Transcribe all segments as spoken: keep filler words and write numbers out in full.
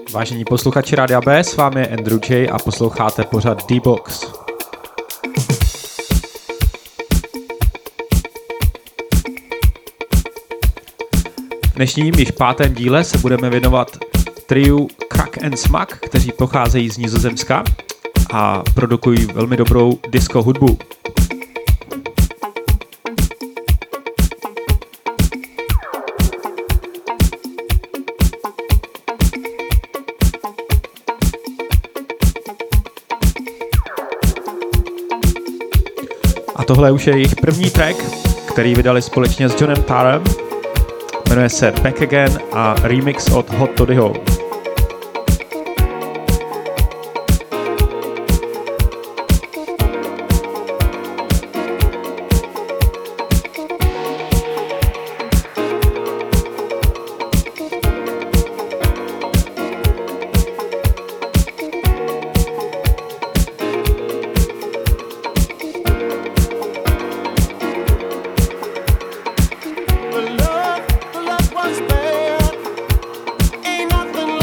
Vážení posluchači Rádia B, s vámi je Andrew J a posloucháte pořad D-Box. V dnešním již pátém díle se budeme věnovat triu Crack and Smack, kteří pocházejí z Nizozemska a produkují velmi dobrou disco hudbu. A tohle už je jejich první track, který vydali společně s Johnem Tarrem. Jmenuje se Back Again a remix od Hot Toddyho. Love, the love was bad. Ain't nothing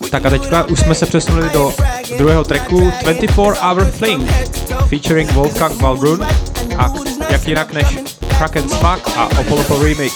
Tak a teďka už jsme se přesunuli do druhého tracku dvacet four hour Fling featuring Wolfgang Waldbrun a jak jinak než Crack and Smack a Opolopo Remix.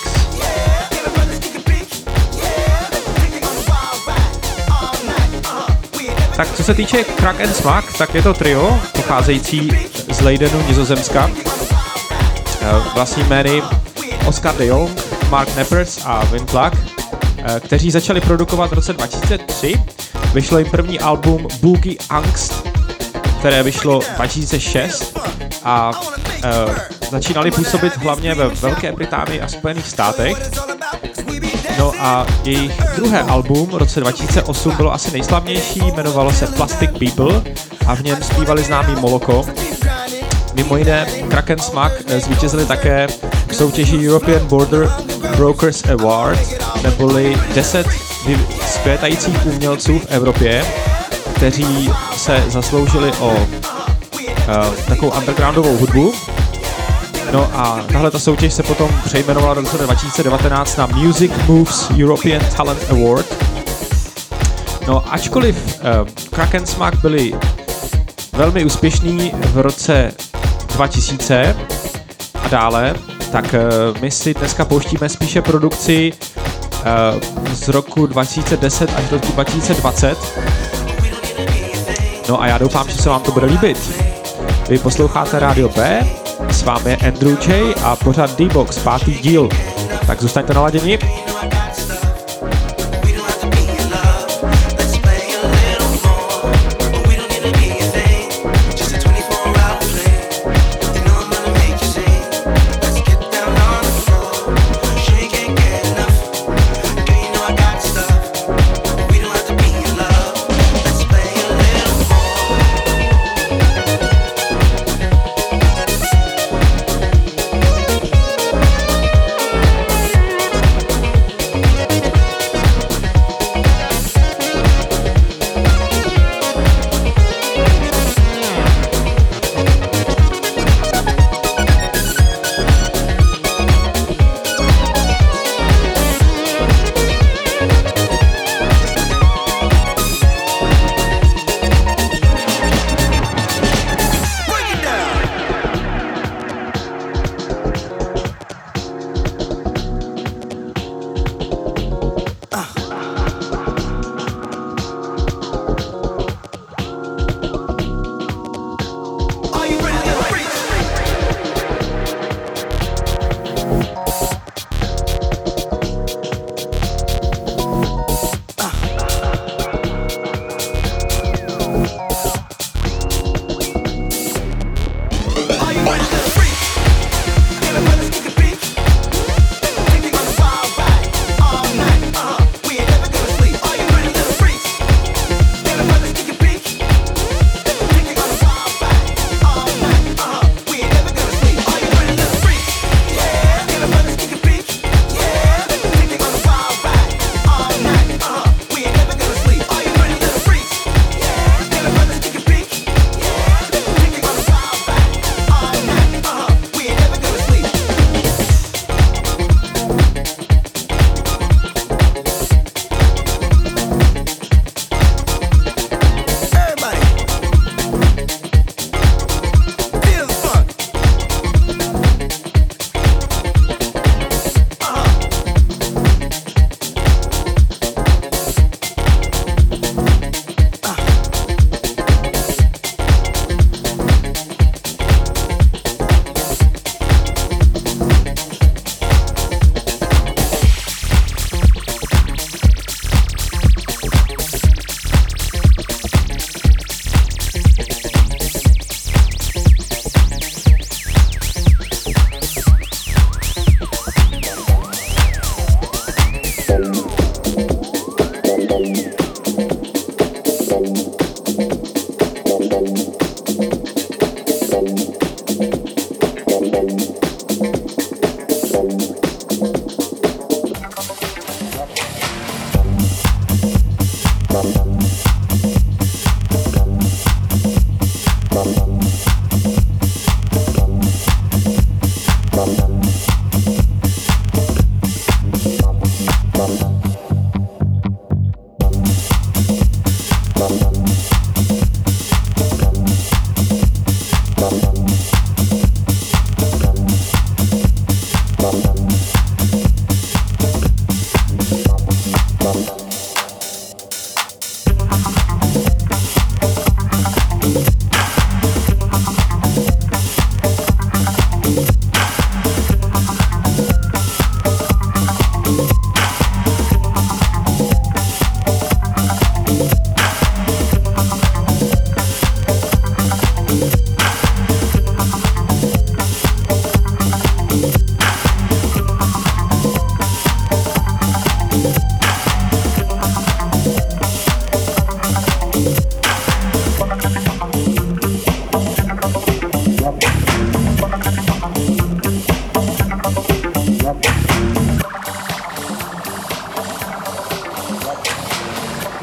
Tak co se týče Crack and Smack, tak je to trio pocházející z Leidenu, Nizozemska. Vlastní jmény Oscar de Jong, Mark Neppers a Wim Plug, kteří začali produkovat v roce dva tisíce tři. Vyšlo jim první album Boogie Angst, které vyšlo dva tisíce šest a uh, začínali působit hlavně ve Velké Británii a Spojených státech. No a jejich druhé album v roce dva tisíce osm bylo asi nejslavnější, jmenovalo se Plastic People a v něm zpívali známý Moloko. Mimo jiné Crack and Smack zvítězili také v soutěži European Border Brokers Award, neboli deset vzkvétajících umělců v Evropě, kteří se zasloužili o uh, takovou undergroundovou hudbu. No a tahle ta soutěž se potom přejmenovala do roce dva tisíce devatenáct na Music Moves European Talent Award. No ačkoliv uh, Crack and Smack byli velmi úspěšní v roce dva tisíce a dále, tak uh, my si dneska pouštíme spíše produkci uh, z roku dva tisíce deset až do roku dva tisíce dvacet. No a já doufám, že se vám to bude líbit. Vy posloucháte Rádio B, s vámi je Andrew J a pořad D-Box, pátý díl. Tak zůstaňte naladěni.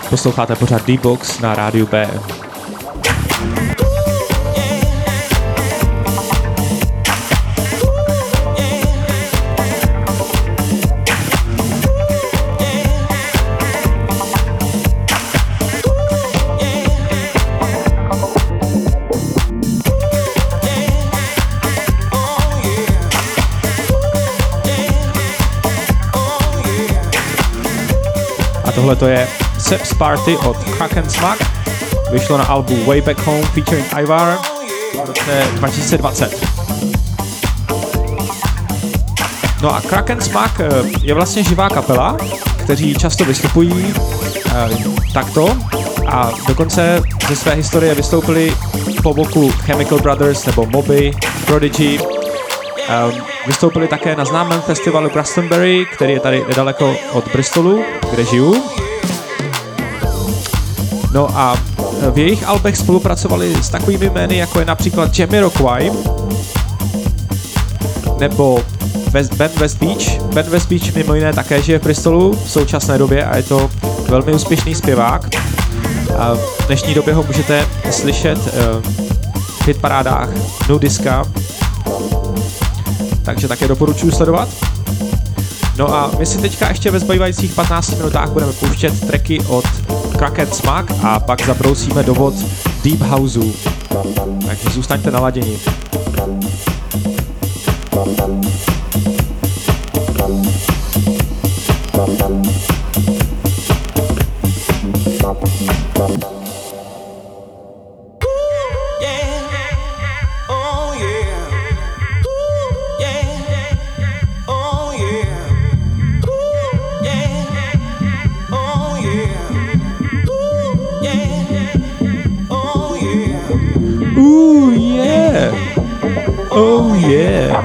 Posloucháte pořád D-Box na rádiu B. Tohle to je Seps Party od Crack and Smack. Vyšlo na albu Way Back Home featuring Ivar v roce dva tisíce dvacet. No a Crack and Smack je vlastně živá kapela, kteří často vystupují eh, takto a dokonce ze své historie vystoupili po boku Chemical Brothers nebo Moby, Prodigy. Eh, vystoupili také na známém festivalu Glastonbury, který je tady nedaleko od Bristolu, kde žiju. No a v jejich albech spolupracovali s takovými jmény, jako je například Jamiroquai nebo West, Ben West Beach. Ben West Beach mimo jiné také žije v Bristolu v současné době a je to velmi úspěšný zpěvák. A v dnešní době ho můžete slyšet v hitparádách Nudiska, takže také doporučuji sledovat. No a my si teďka ještě ve zbývajících patnácti minutách budeme pouštět tracky od Crack and Smack a pak zabrousíme do vod Deep Houseu. Takže zůstaňte naladěni. Oh yeah.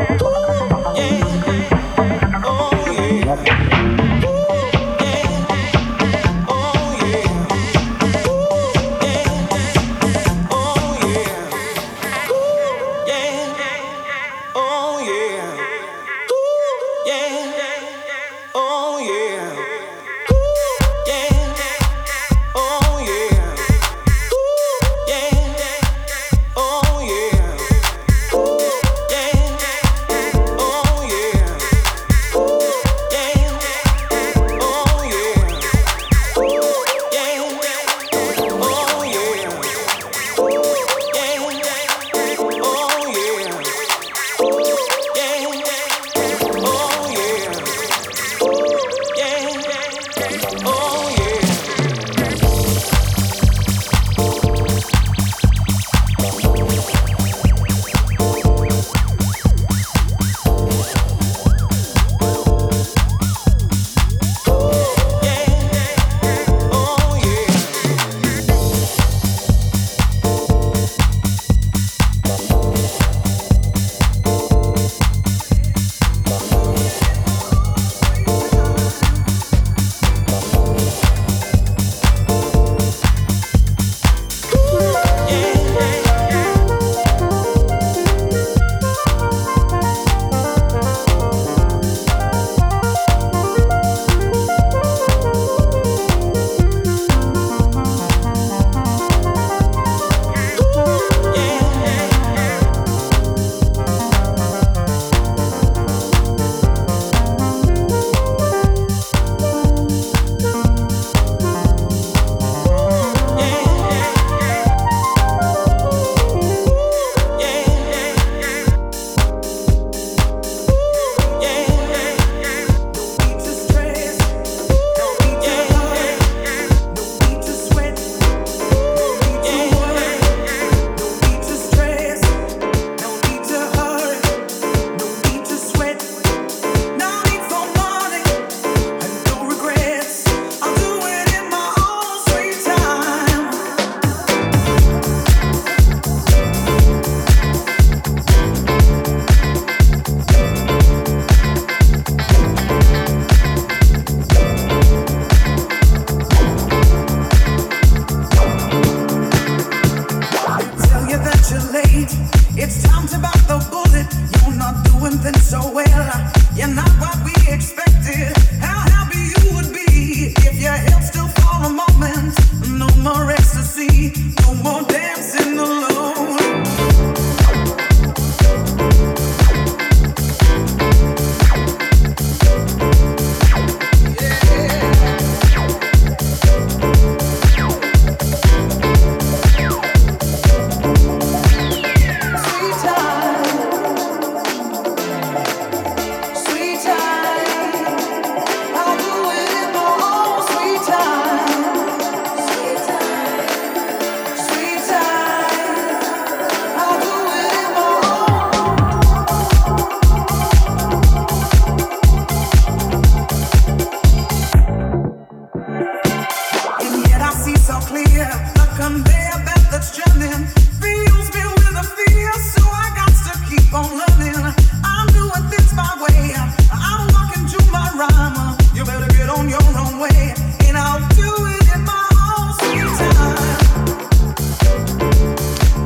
You're not what we expected. How happy you would be if your health still for a moment.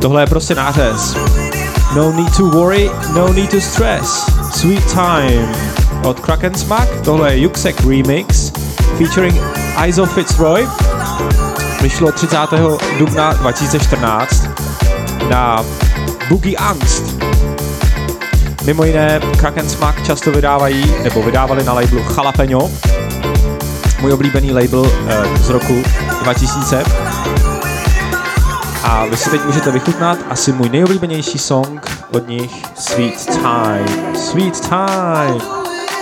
Tohle je prostě nářez. No need to worry, no need to stress. Sweet Time od Kraken Smack. Tohle je Yuxek Remix featuring Izo Fitzroy. Vyšlo třicátého dubna dva tisíce čtrnáct na Boogie Angst. Mimo jiné Kraken Smack často vydávají, nebo vydávali na labelu Jalapeno, můj oblíbený label eh, z roku dva tisíce. A vy si teď můžete vychutnat asi můj nejoblíbenější song od nich, Sweet Time. Sweet Time.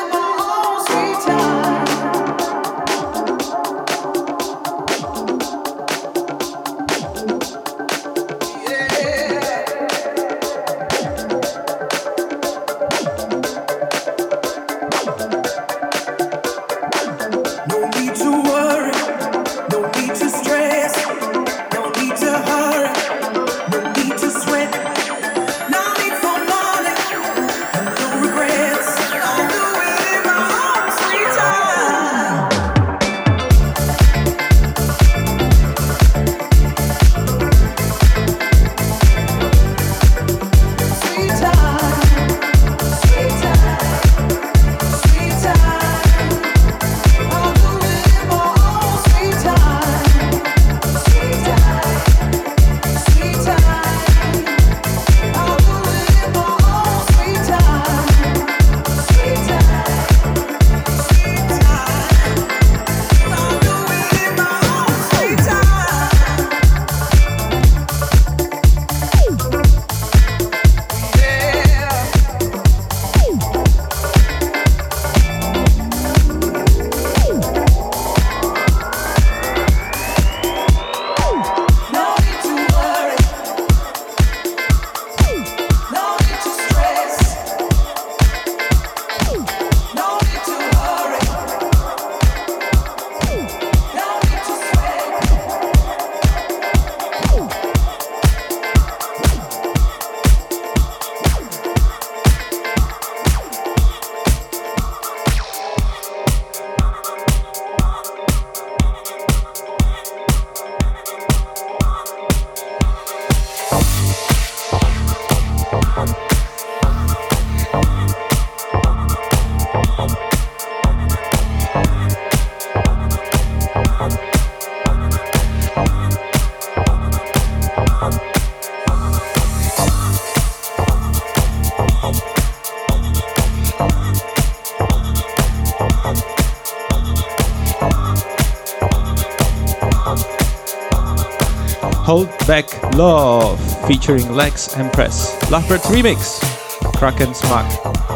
Hold Back Love featuring Lex Empress. Lovebirds Remix. Kraken Smack.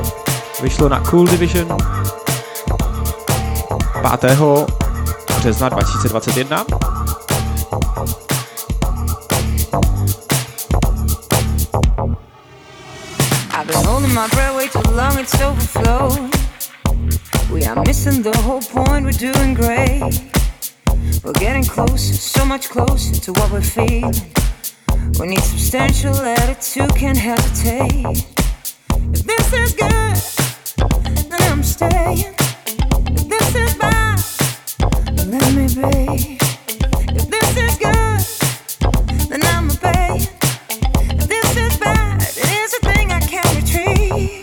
Vyšlo na Cool Division pátého března dva tisíce dvacet jedna. I've been holding my breath way too long, it's overflowed. We are missing the whole point, we're doing great. We're getting closer, so much closer to what we're feeling. We need substantial attitude, can't hesitate. If this is good, then I'm staying. If this is bad, then let me be. If this is good, then I'm obeying. If this is bad, it is a thing I can't retreat.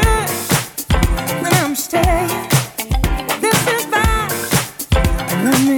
Let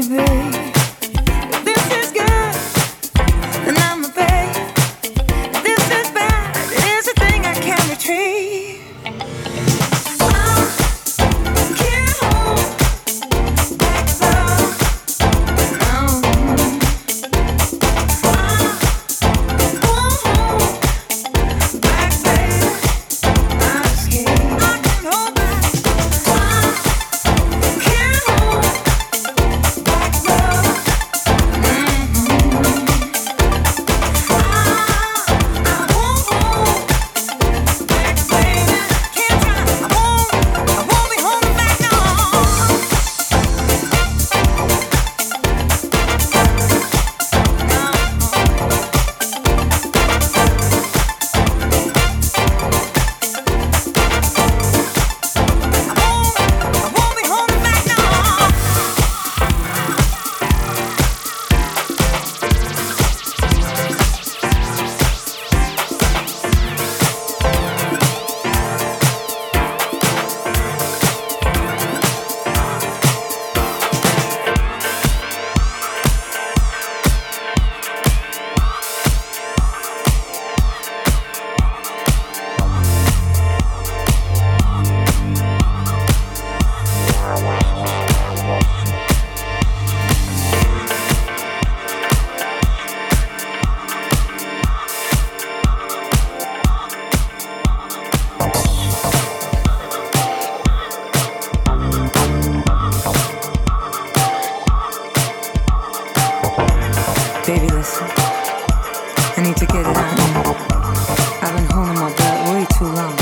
need to get it out. I've been holding my breath way too long.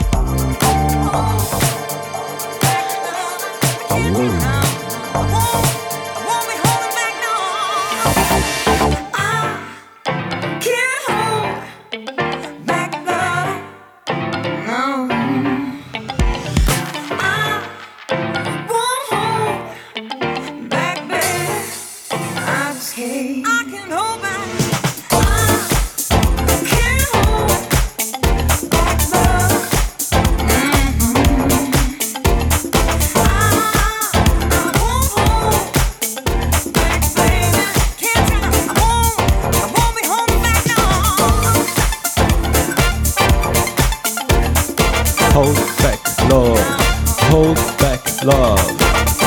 Hold back love, hold back love.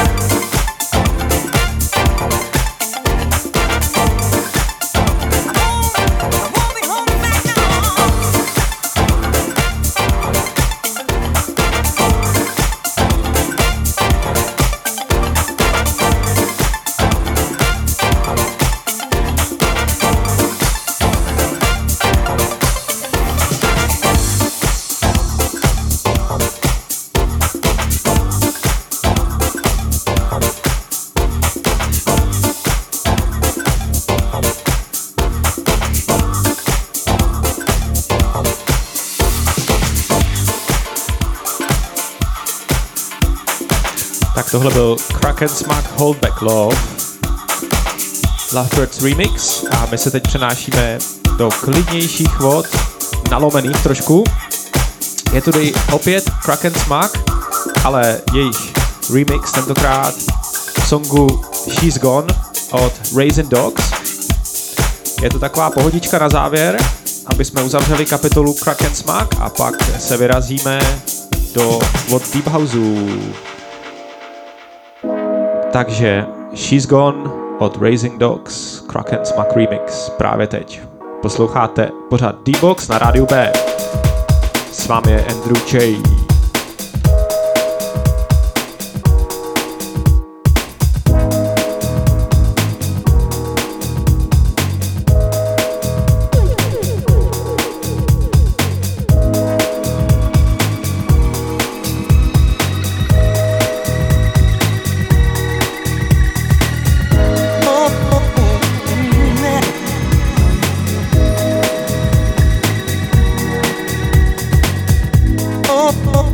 Tak tohle byl Crack and Smack Hold Back Love, Lovebirds Remix a my se teď přenášíme do klidnějších vod, nalomených trošku. Je tady opět Crack and Smack, ale jejich remix tentokrát songu She's Gone od Raisin Dogs. Je to taková pohodička na závěr, aby jsme uzavřeli kapitolu Crack and Smack a pak se vyrazíme do vod Deep Houseu. Takže She's Gone od Raising Dogs, Crack and Smack Remix právě teď. Posloucháte pořád D-Box na rádiu B. S vámi je Andrew J. Oh,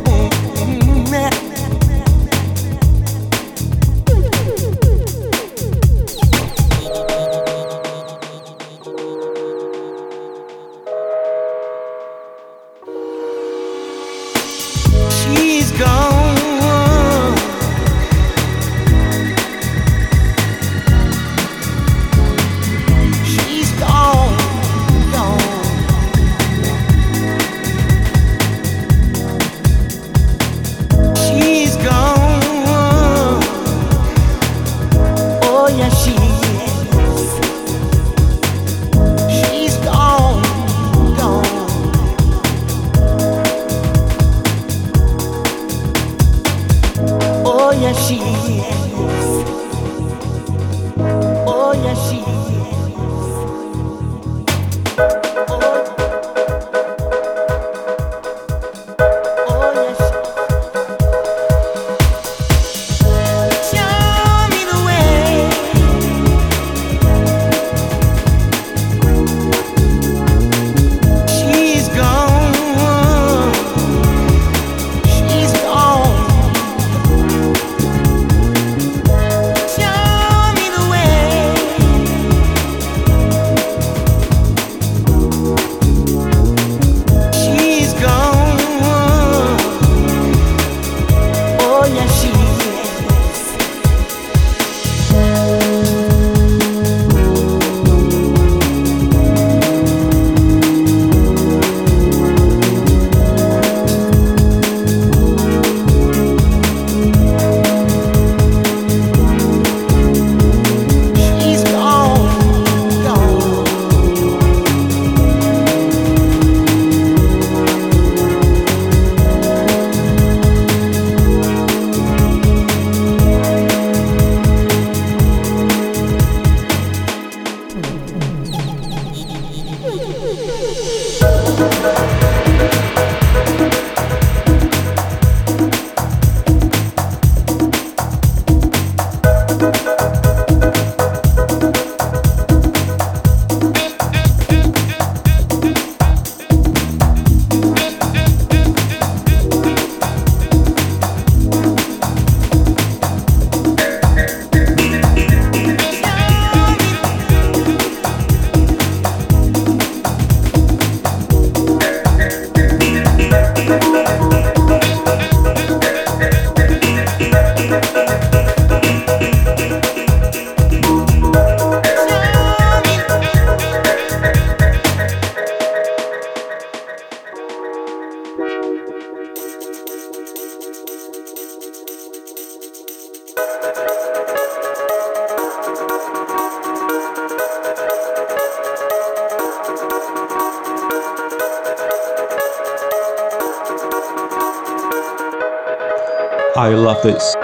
I love this.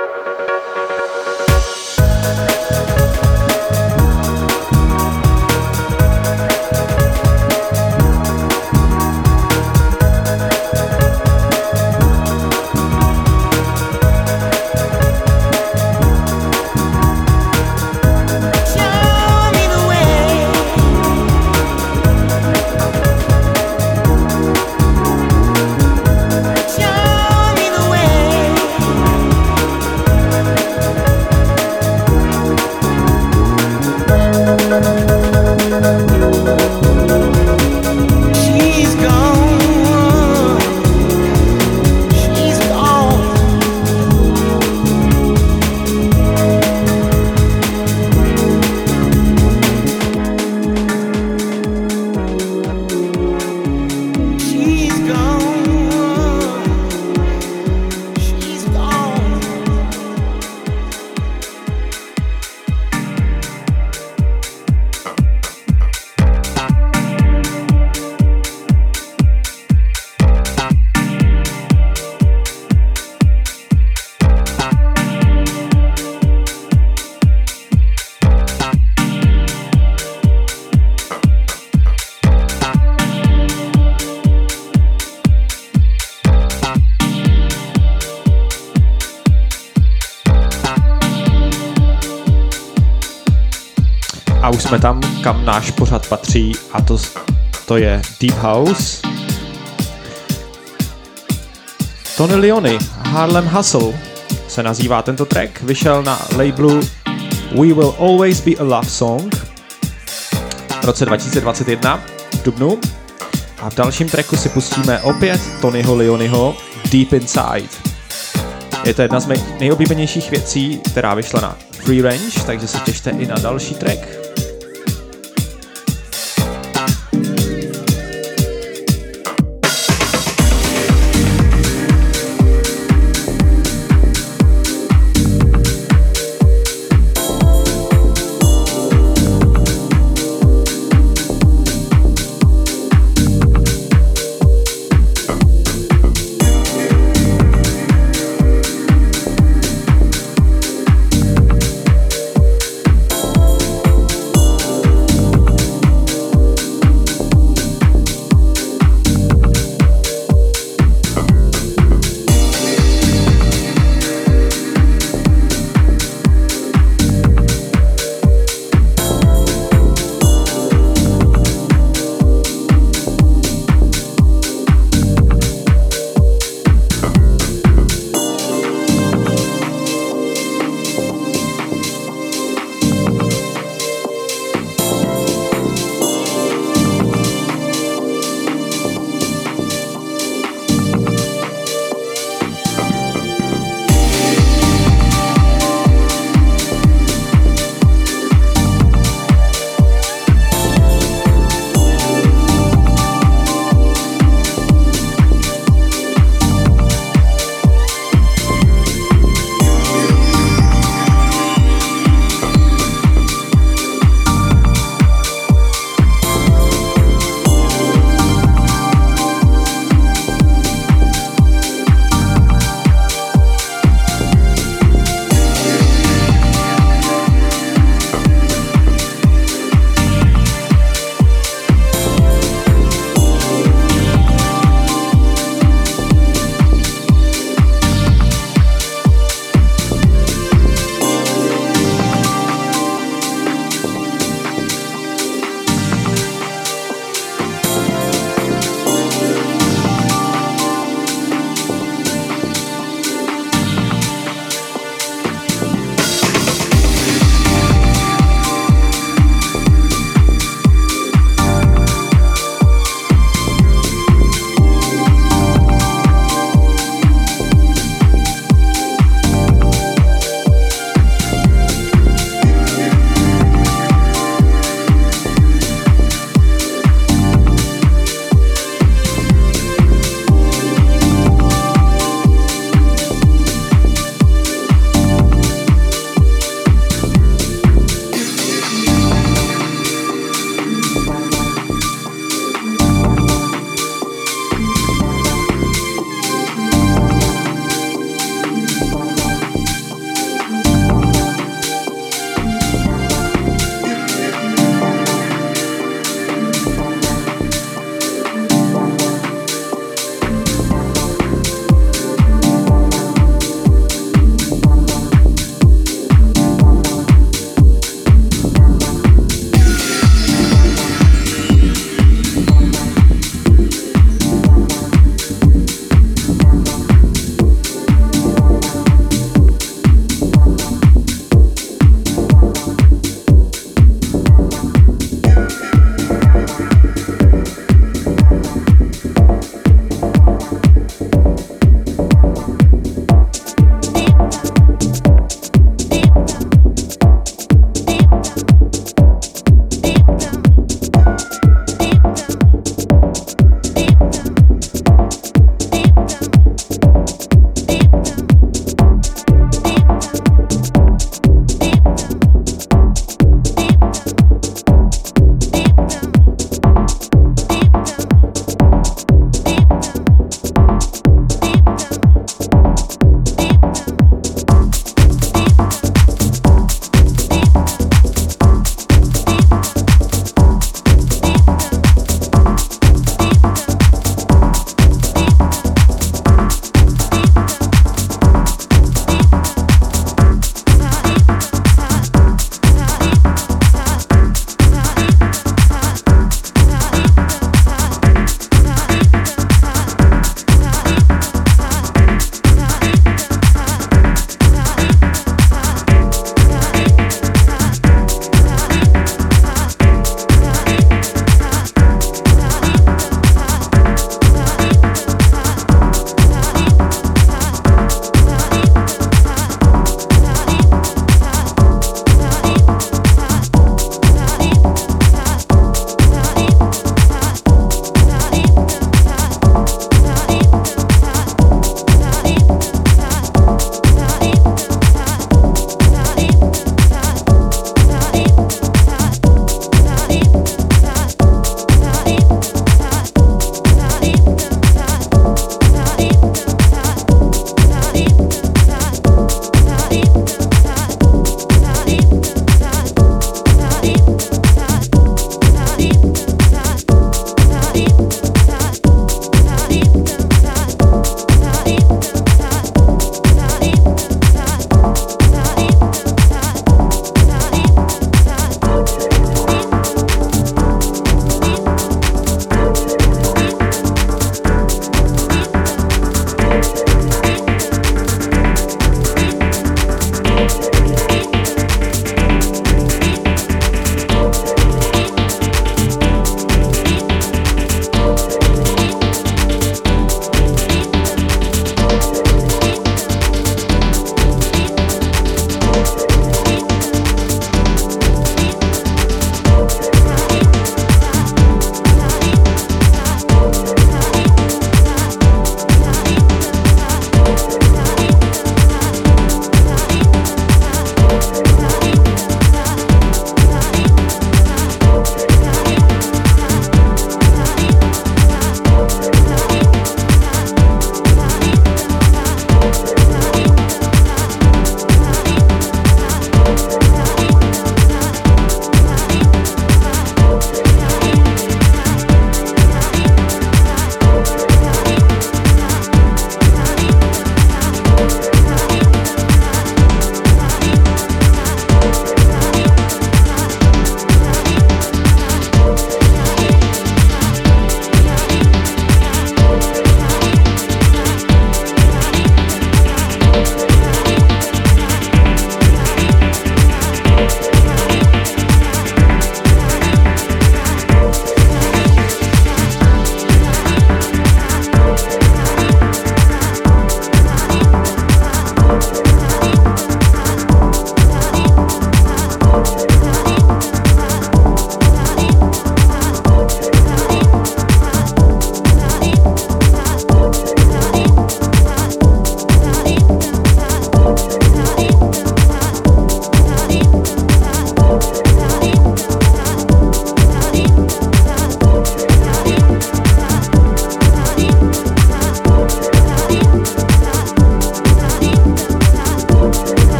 A už jsme tam, kam náš pořad patří, a to, to je Deep House. Tony Leone, Harlem Hustle se nazývá tento track, vyšel na labelu We Will Always Be a Love Song v roce dva tisíce dvacet jedna v dubnu. A v dalším tracku si pustíme opět Tonyho Leoneho Deep Inside. Je to jedna z mých nejoblíbenějších věcí, která vyšla na Free Range, takže se těšte i na další track.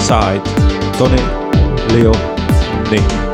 Side, Tony, Leo, Nick.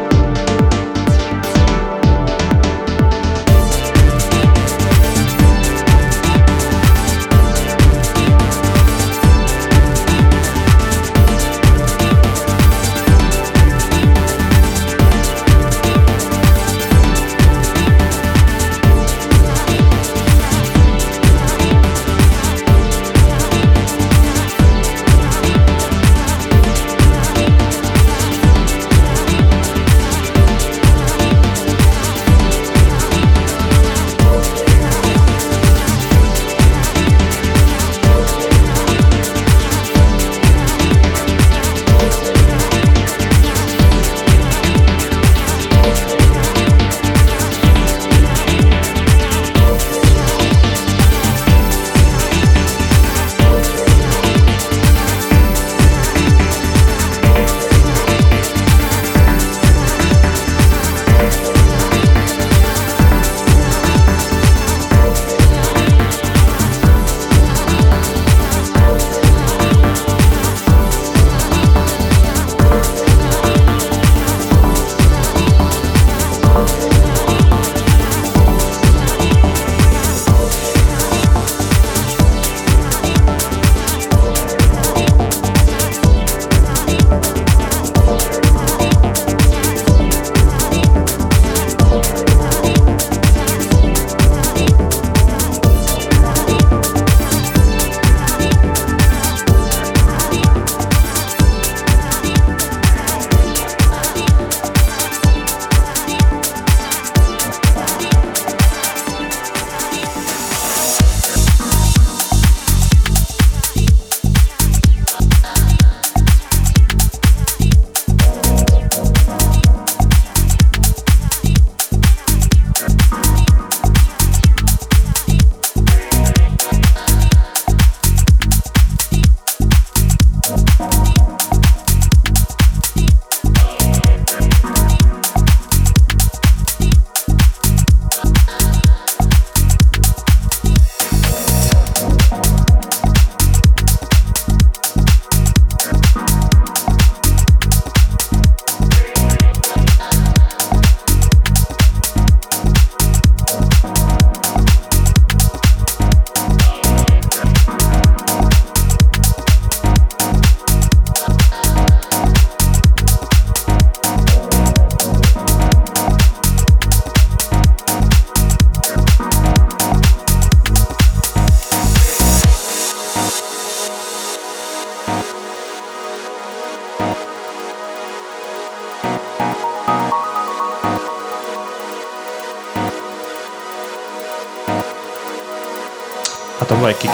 A tohle je kick.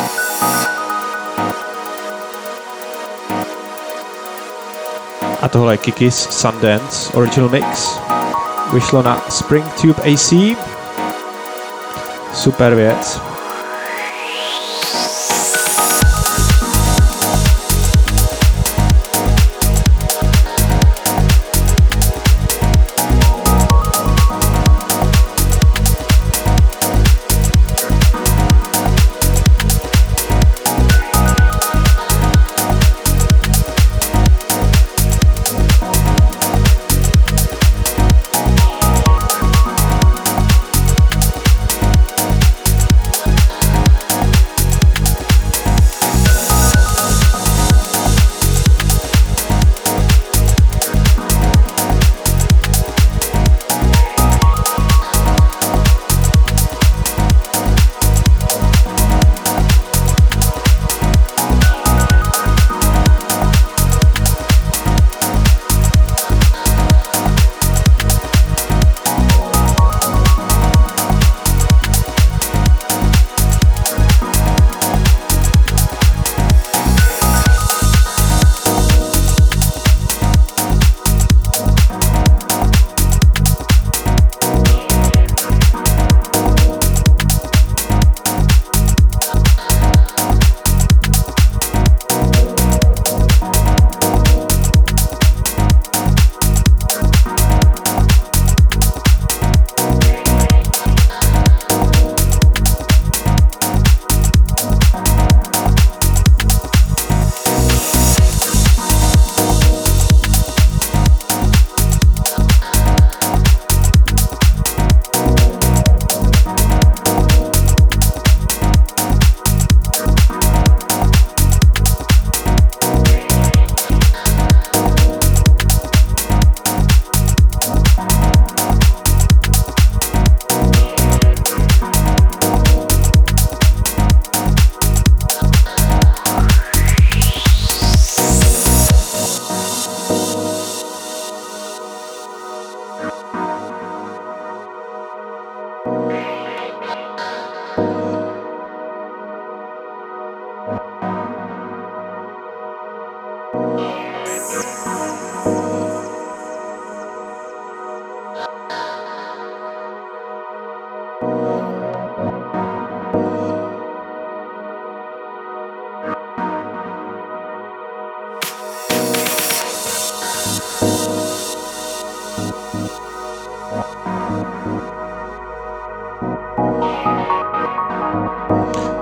A tohle je Kikis Sundance Original Mix. Vyšlo na Springtube A C. Super věc.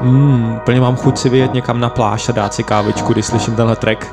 Hmm, úplně mám chuť si vyjet někam na pláž a dát si kávičku, když slyším tenhle track.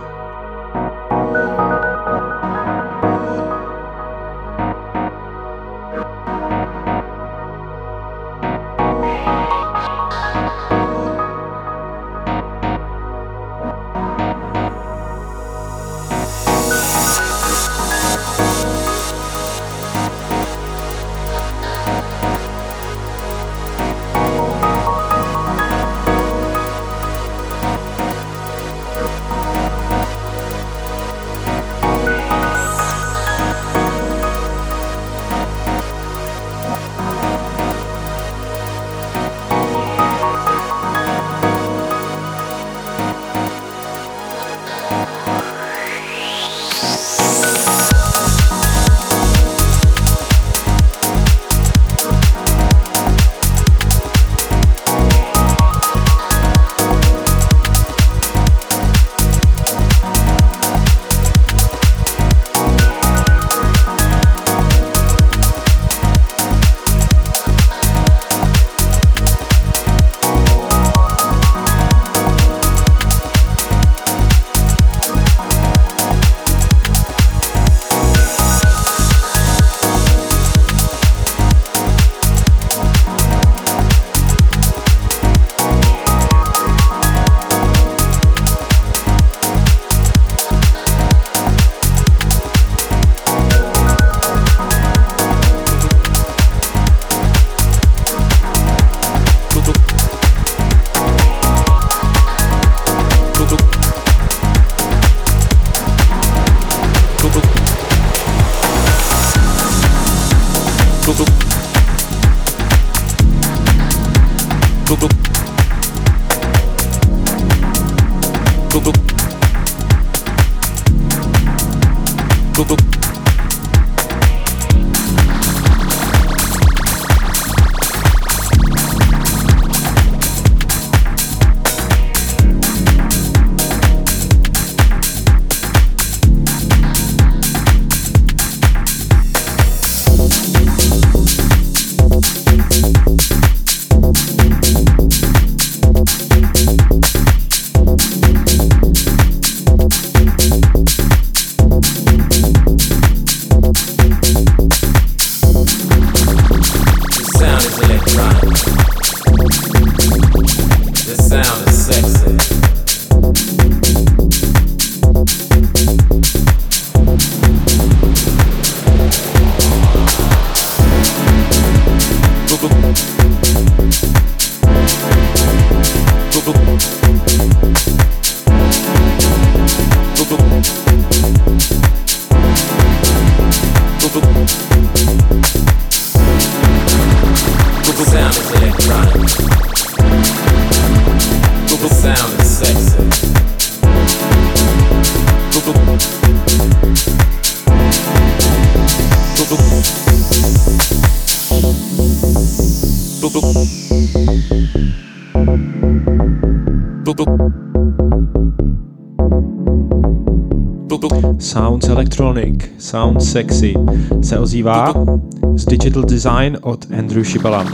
Sounds Electronic, Sounds Sexy se ozývá z Digital Design od Andrew Shibala.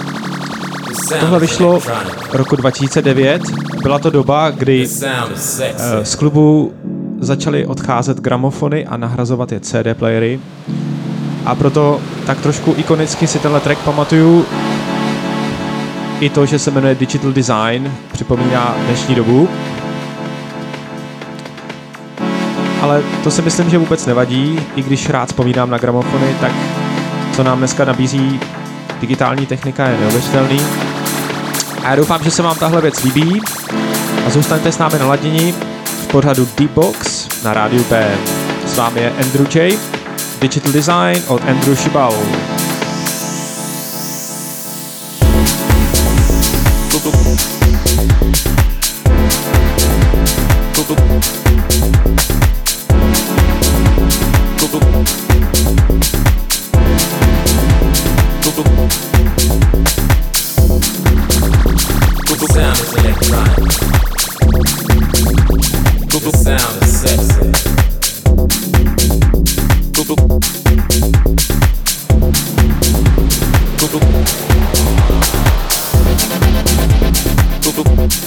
Tohle vyšlo roku dva tisíce devět, byla to doba, kdy z klubu začaly odcházet gramofony a nahrazovat je C D playery a proto tak trošku ikonicky si tenhle track pamatuju. I to, že se jmenuje Digital Design, připomíná dnešní dobu. Ale to si myslím, že vůbec nevadí, i když rád vzpomínám na gramofony, tak co nám dneska nabízí digitální technika je neuvěřitelný. A já doufám, že se vám tahle věc líbí a zůstaňte s námi naladěni v pořadu Deep Box na rádiu B. S vámi je Andrew J. Digital Design od Andrew Shibal. Boop, boop.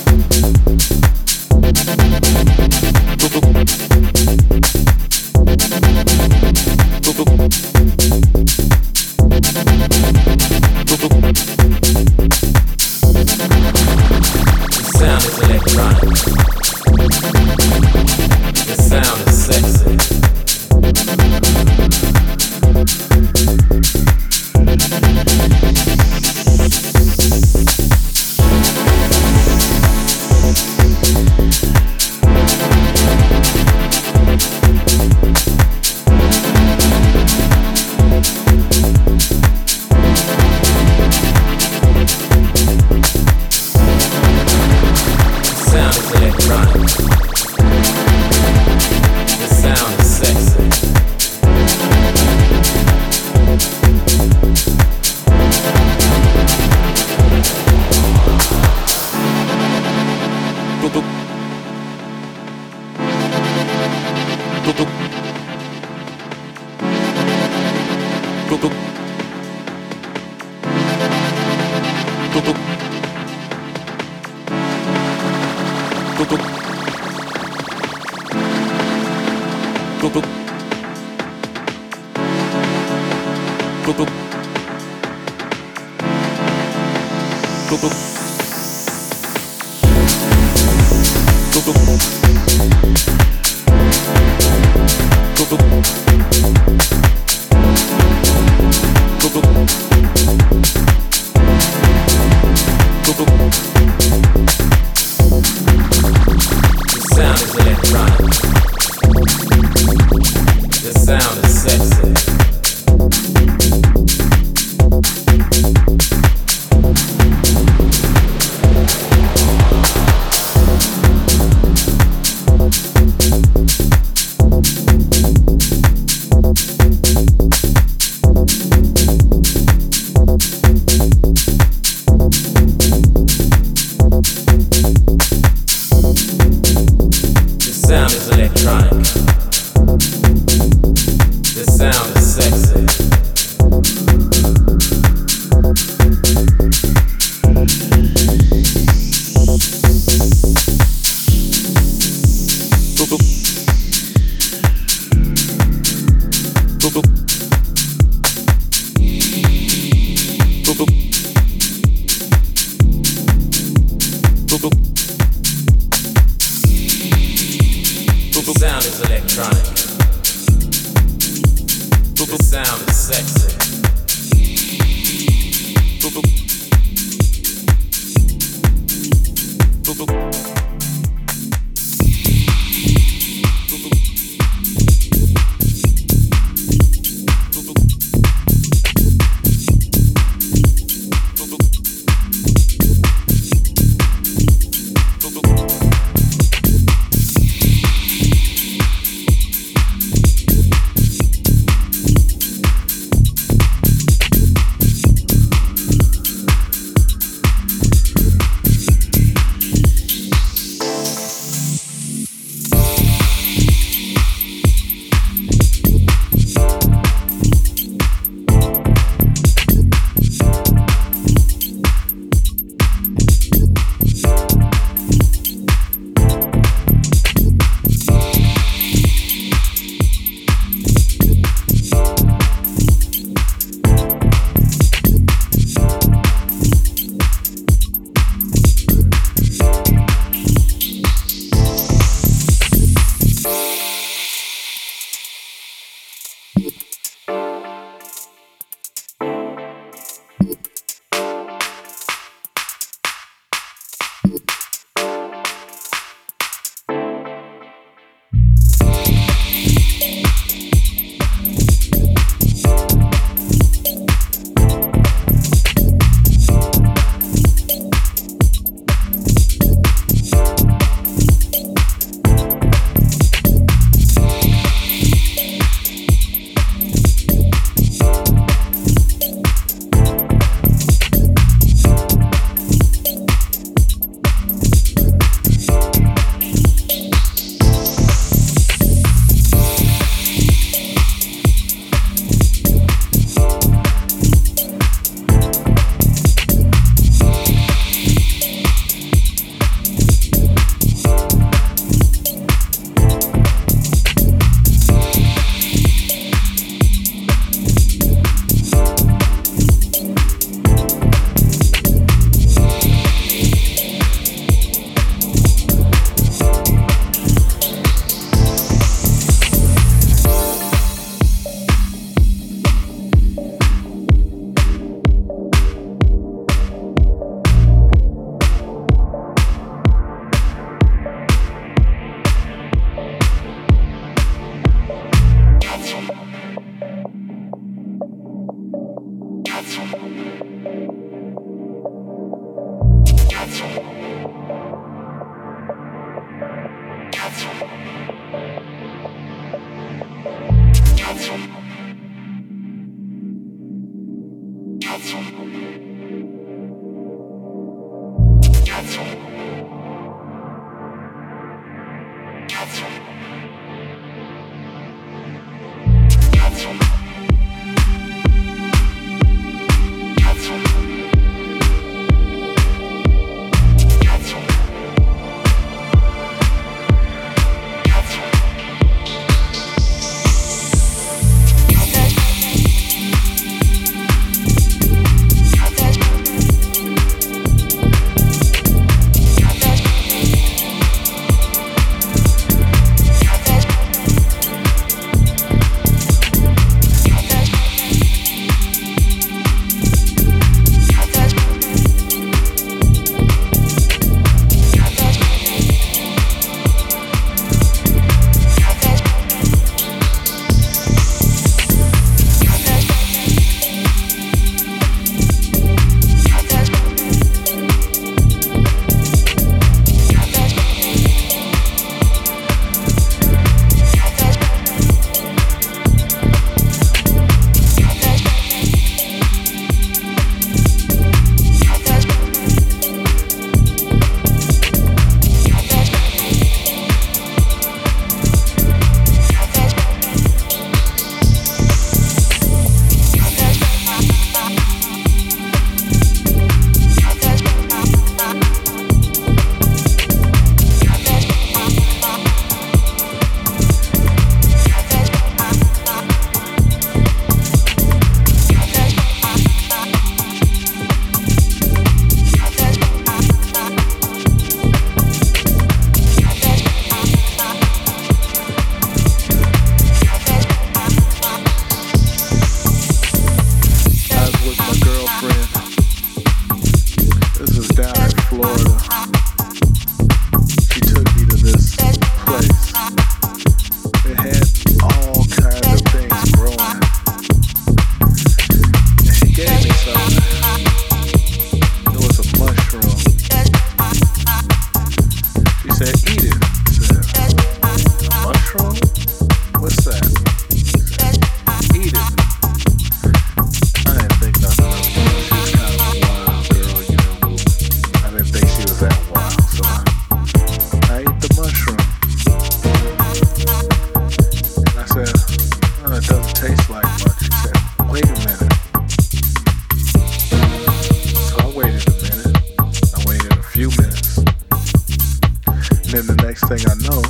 then the next thing I know,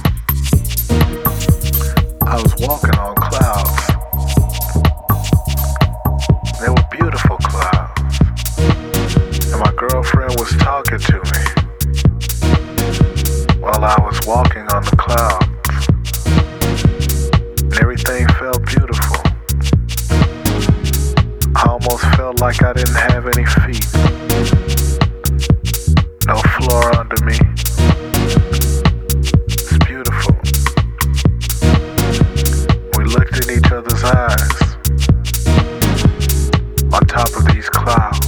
I was walking on clouds. They were beautiful clouds. And my girlfriend was talking to me while I was walking on the clouds. And everything felt beautiful. I almost felt like I didn't have any feet. No floor under me. It's beautiful. We looked in each other's eyes on top of these clouds.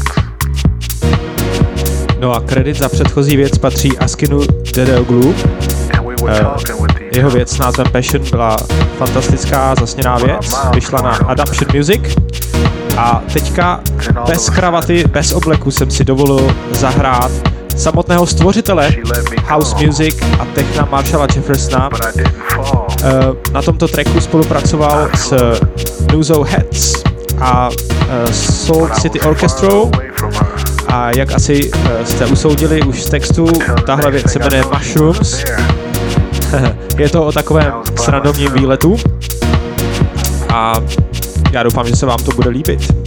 No a kredit za předchozí věc patří Askinu Dedeoglu. Uh, jeho věc s názvem Passion byla fantastická, zasněná věc, vyšla na Adaption Music a teďka bez kravaty, bez obleku jsem si dovolil zahrát samotného stvořitele house music a techna Marshalla Jeffersona. Uh, na tomto tracku spolupracoval s Nuzo Heads a uh, Soul City Orchestrou a jak asi uh, jste usoudili už z textu, tahle věc se jmenuje Mushrooms. Je to o takovém srandovním výletu a já doufám, že se vám to bude líbit.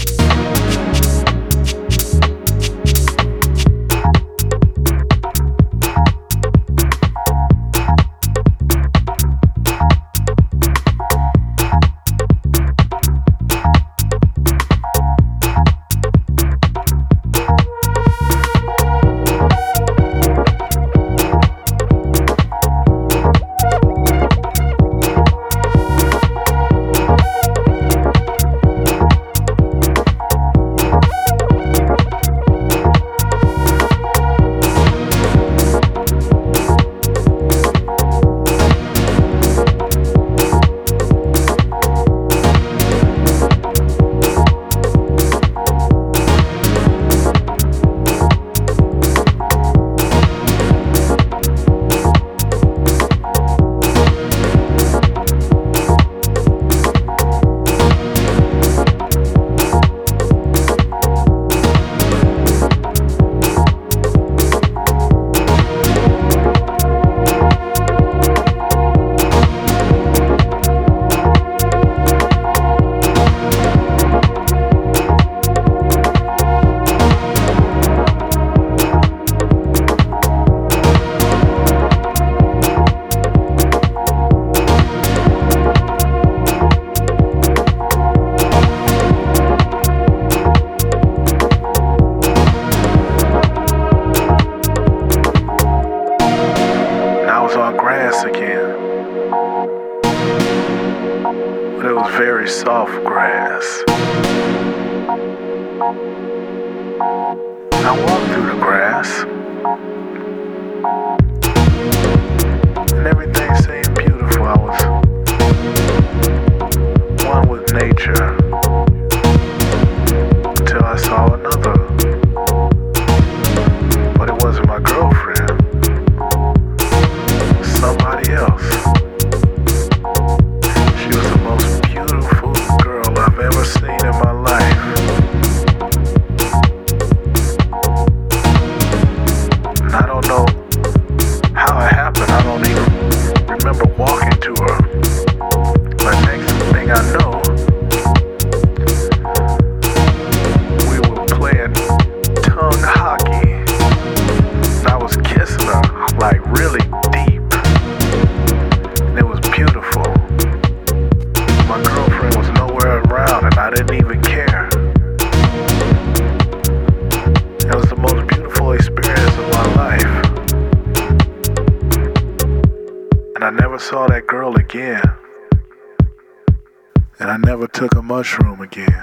Mushroom again.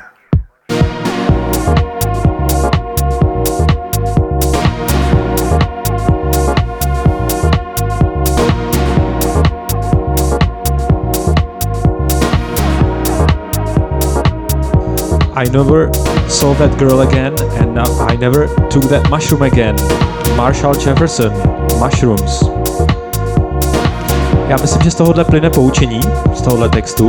I never saw that girl again and I never took that mushroom again. Marshall Jefferson, Mushrooms. Já myslím, že z tohohle plyne poučení, z tohohle textu.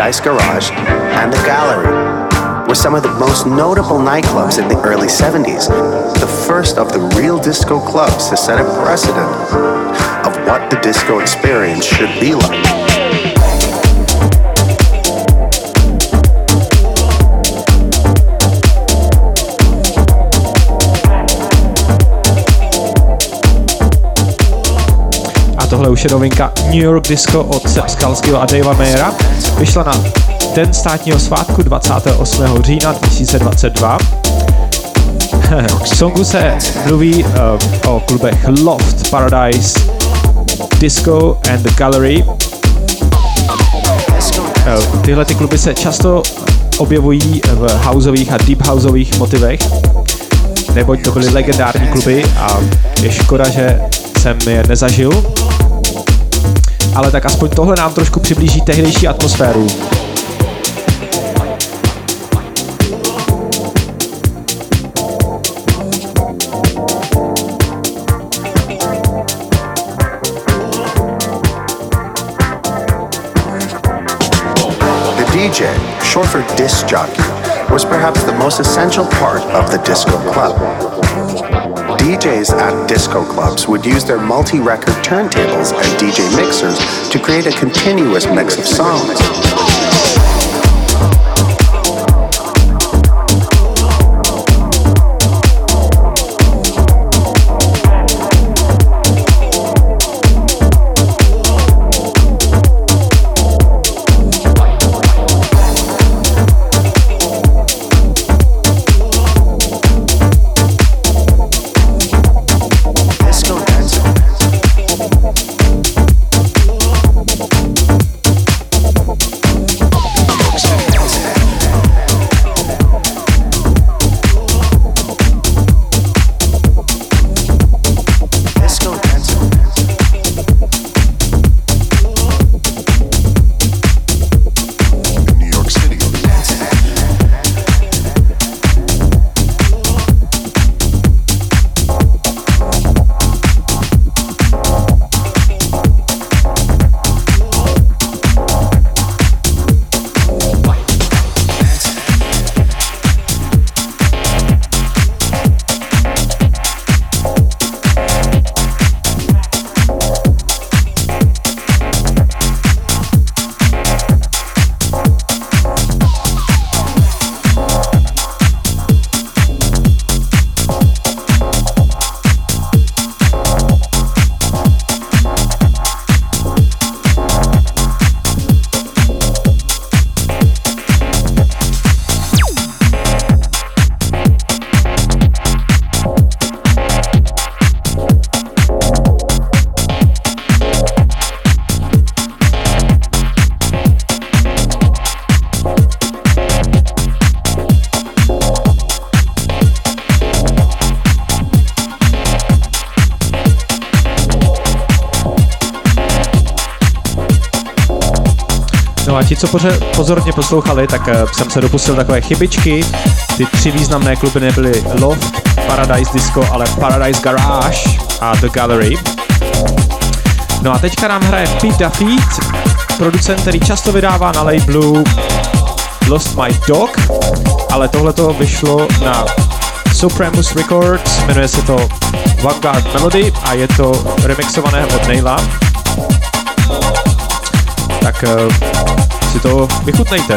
Paradise Garage and The Gallery were some of the most notable nightclubs in the early seventies, the first of the real disco clubs to set a precedent of what the disco experience should be like. Tohle už je novinka New York Disco od Seb Skalského a Davea Mayera. Vyšla na Den státního svátku dvacátého osmého října dva tisíce dvacet dva. V songu se mluví uh, o klubech Loft, Paradise, Disco and The Gallery. Uh, tyhle ty kluby se často objevují v houseových a deep houseových motivech, neboť to byly legendární kluby a je škoda, že jsem je nezažil. Ale tak aspoň tohle nám trošku přiblíží tehdejší atmosféru. The D J, short for disc jockey, was perhaps the most essential part of the disco club. D Js at disco clubs would use their multi-record turntables and D J mixers to create a continuous mix of songs. No a ti, co poře- pozorně poslouchali, tak uh, jsem se dopustil takové chybičky. Ty tři významné kluby nebyly Loft, Paradise Disco, ale Paradise Garage a The Gallery. No a teďka nám hraje Pete Duffy, producent, který často vydává na labelu Lost My Dog, ale tohleto vyšlo na Supremus Records, jmenuje se to Vanguard Melody a je to remixované od Naila. Tak uh, si to vychutnejte.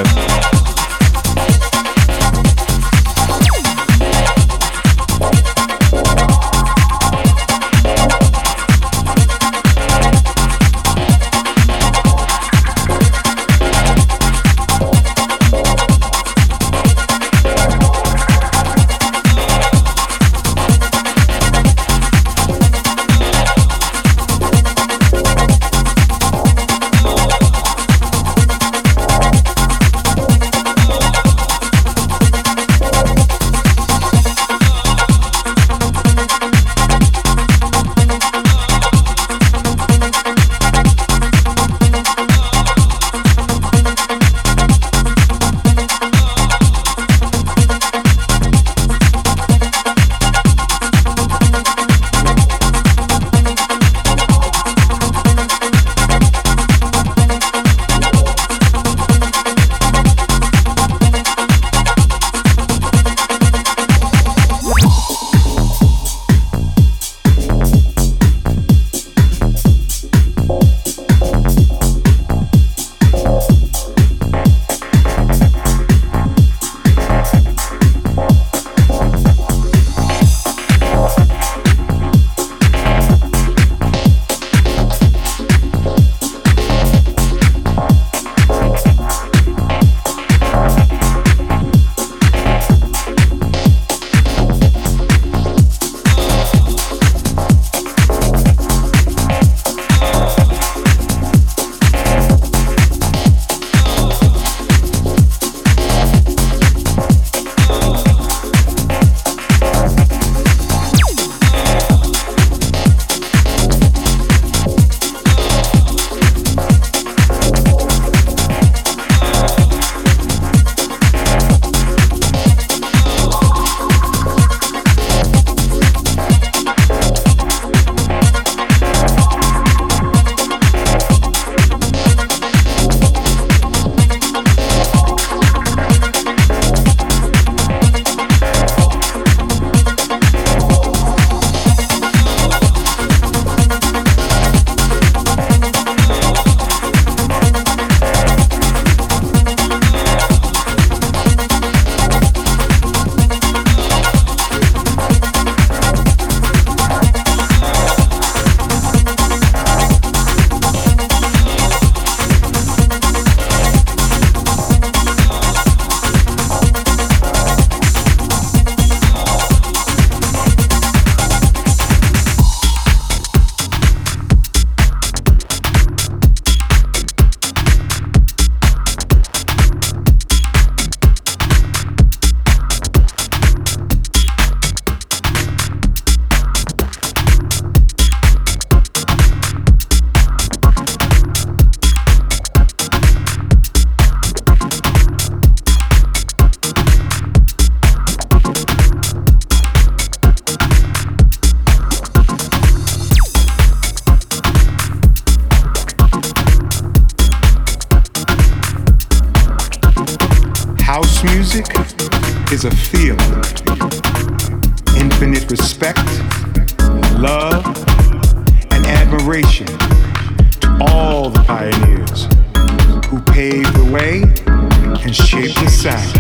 House music is a feeling. Infinite respect, love, and admiration to all the pioneers who paved the way and shaped the sound.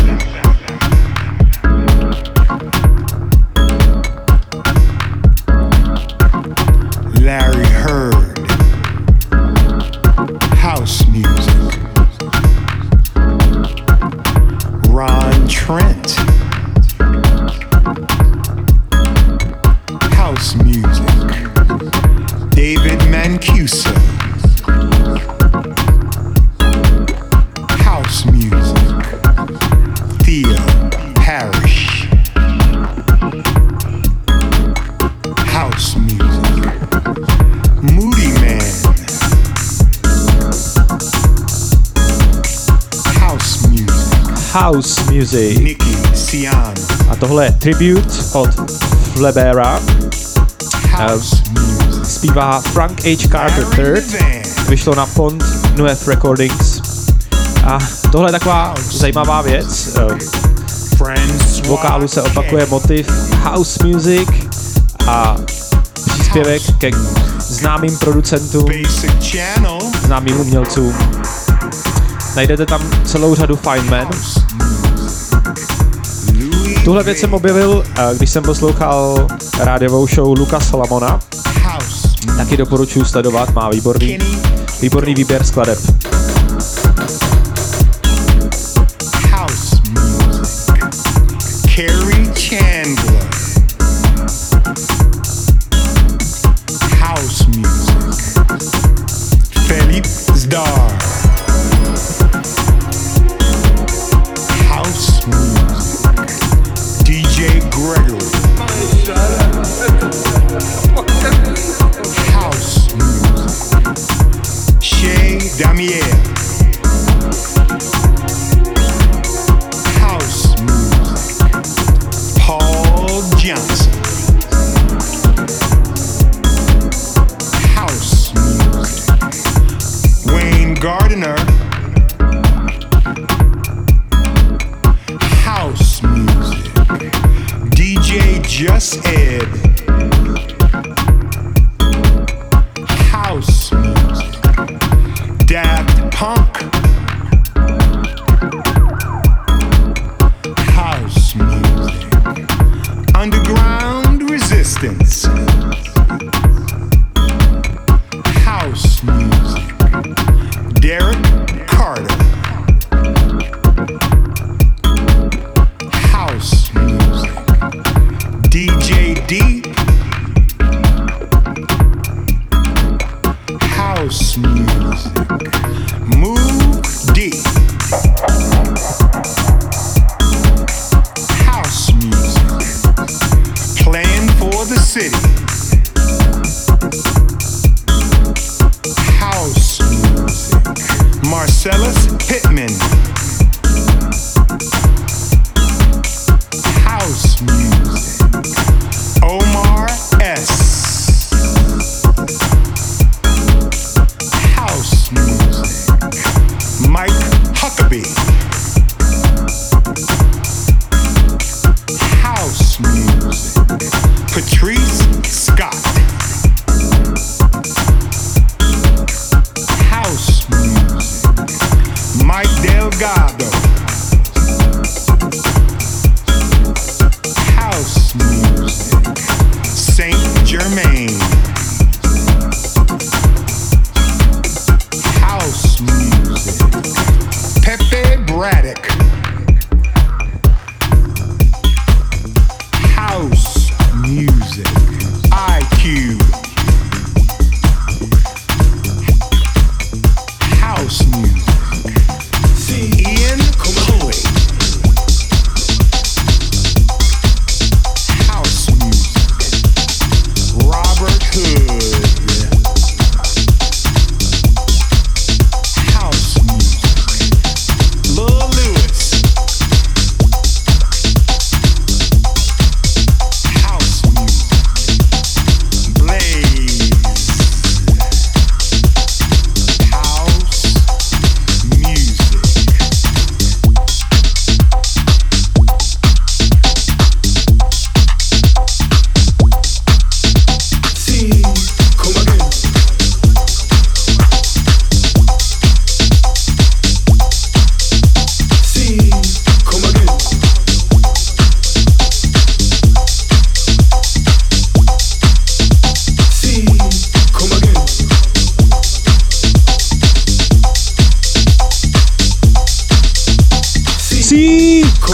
Larry Heard, house music. Ron Trent, house music. David Mancuso, house music. Theo Parrish, house music. Moody Man, house music. House music. Nicky Siano, A tohle je tribute od Flebera. house music. Zpívá Frank H. Carter Larry třetí. Levan, Vyšlo na fond Nuef Recordings. A tohle je taková zajímavá věc. Francois V vokálu se opakuje motiv house music a příspěvek ke známým producentům, Basic Channel, známým umělcům. Najdete tam celou řadu fine men. Louis Tuhle věc jsem objevil, když jsem poslouchal rádiovou show Luka Salamona. house, Taky doporučuji sledovat, má výborný, výborný výběr skladeb. house music. Kerry Chandler, house music. Philippe Zdar, house music. D J Gregory, house music. Shay Damier, house music. Paul Johnson, house music. Wayne Gardner, house music. D J Just Ed, house music. Daft Punk, house music. Underground Resistance, house music. Derek Carter, house music. D J Deep, house music. Move Deep, house music. Playing for the City, house music. Marcellus Pittman, house music. Omar S, house music. Mike Huckabee, house music. Patrice Scott, house music. Mike Delgado,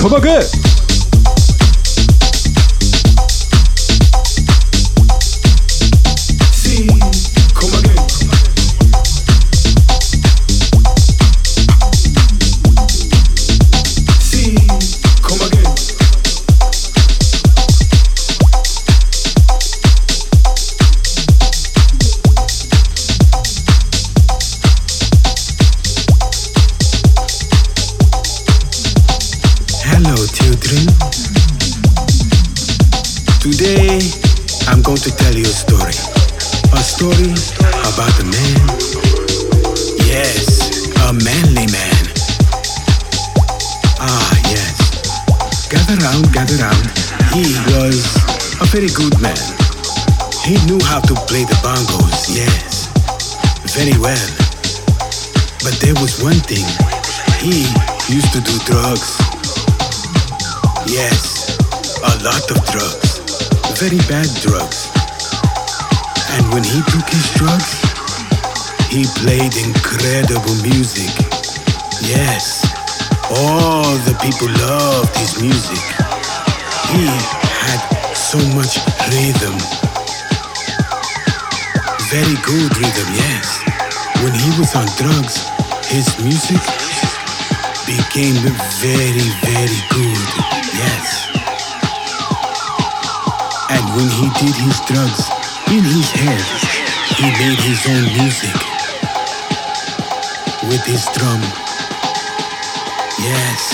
come again. Today, I'm going to tell you a story. A story about a man. Yes, a manly man. Ah, yes. Gather round, gather round. He was a very good man. He knew how to play the bongos, yes. Very well. But there was one thing. He used to do drugs. Yes, a lot of drugs. Very bad drugs. And when he took his drugs, he played incredible music. Yes, all the people loved his music. He had so much rhythm. Very good rhythm, yes. When he was on drugs, his music became very, very good, yes. And when he did his drugs, in his head, he made his own music with his drum. Yes.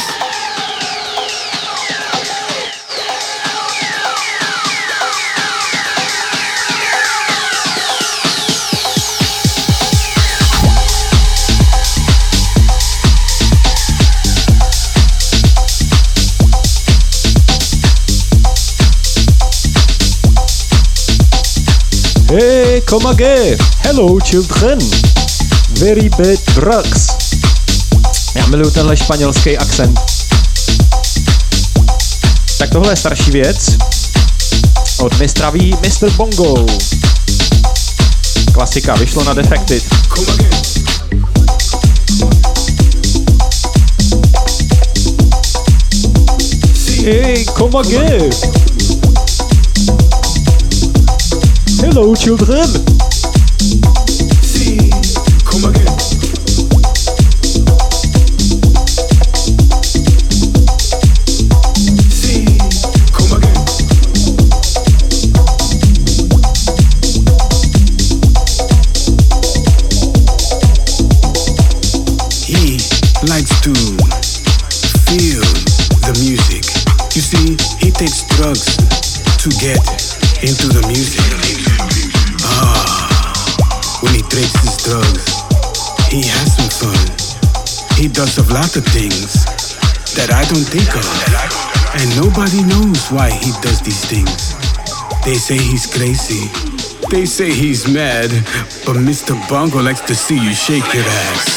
Hey, come again. Hello, children. Very bad drugs. Já miluju tenhle španělský akcent. Tak tohle je starší věc. Od mistraví mister Bongo. Klasika, vyšlo na Defected. Hey, come again. Hello, children. See, come again. See, come again. He likes to feel the music. You see, he takes drugs to get into the music. Ah, when he takes his drugs, he has some fun. He does a lot of things that I don't think of. And nobody knows why he does these things. They say he's crazy. They say he's mad. But Mister Bongo likes to see you shake your ass.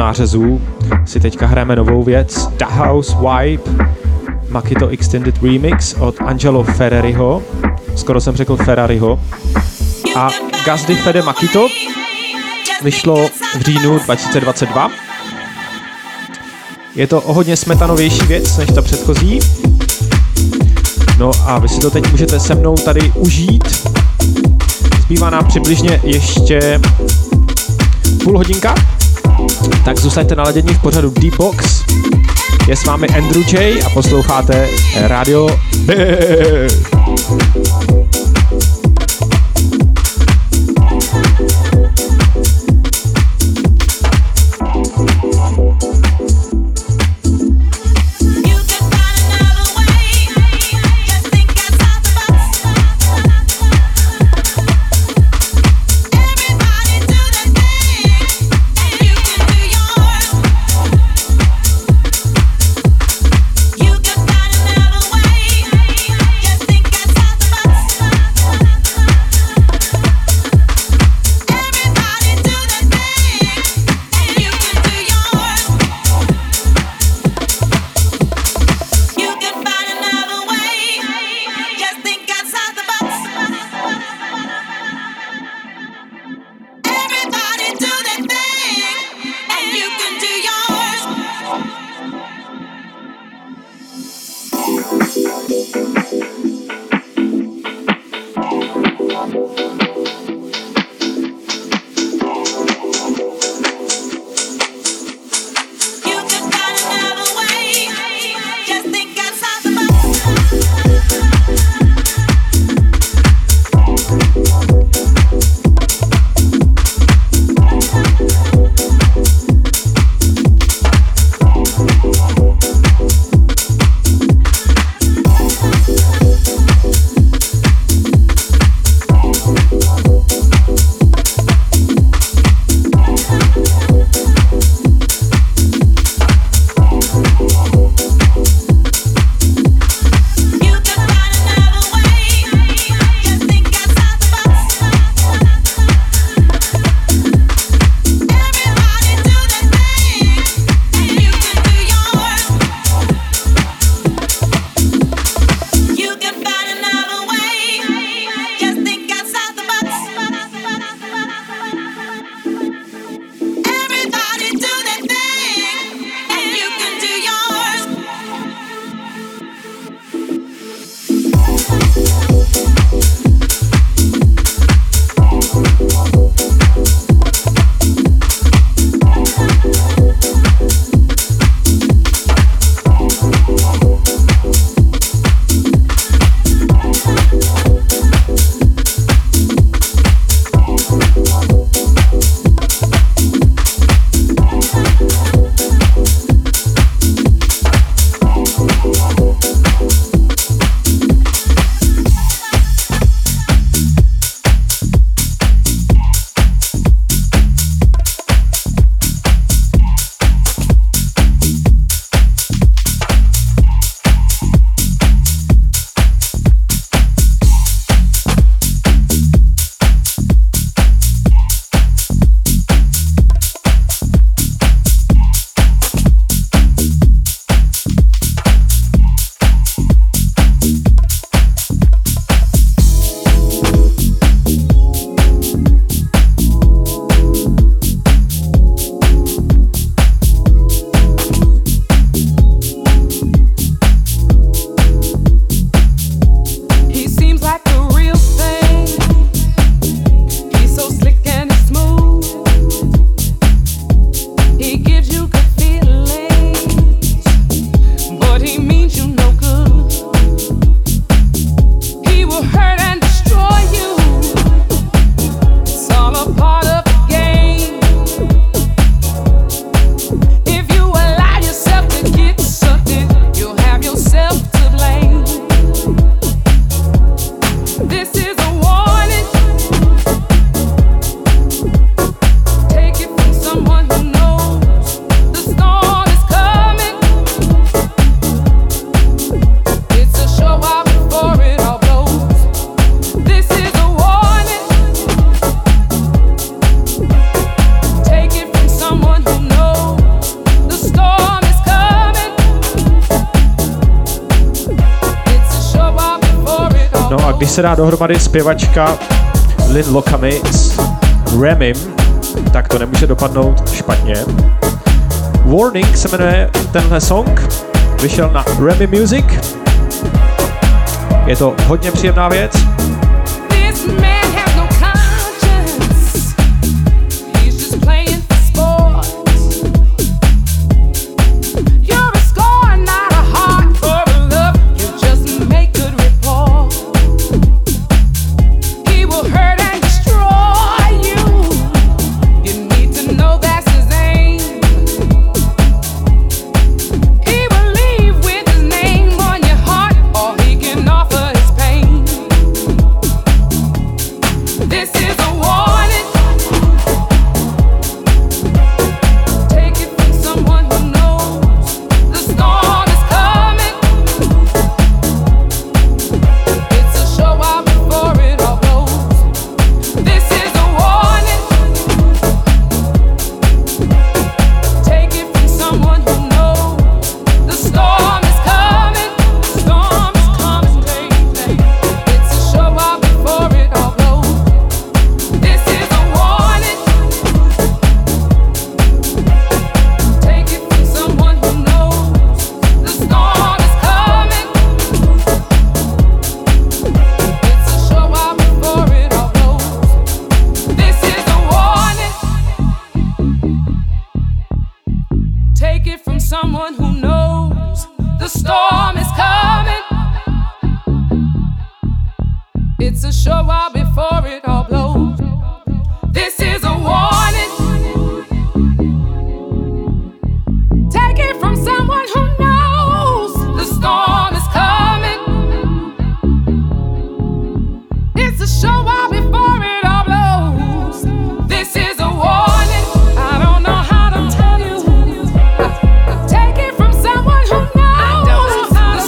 nářezů si teďka hrajeme novou věc Da House Vibe Makito Extended Remix od Angelo Ferreriho, skoro jsem řekl Ferrariho, a Gazdy Fede Makito vyšlo v říjnu dva tisíce dvacet dva. Je to o hodně smetanovější věc než ta předchozí. No a vy si to teď můžete se mnou tady užít. Zbývá nám přibližně ještě půl hodinka, tak zůstaňte naladění v pořadu D-Box. Je s vámi Andrew J a posloucháte Radio B. You got another way. Just think outside the box. No a když se dá dohromady zpěvačka Lynn Lokami s Remim, tak to nemůže dopadnout špatně. Warning se jmenuje tenhle song, vyšel na Remy Music. Je to hodně příjemná věc.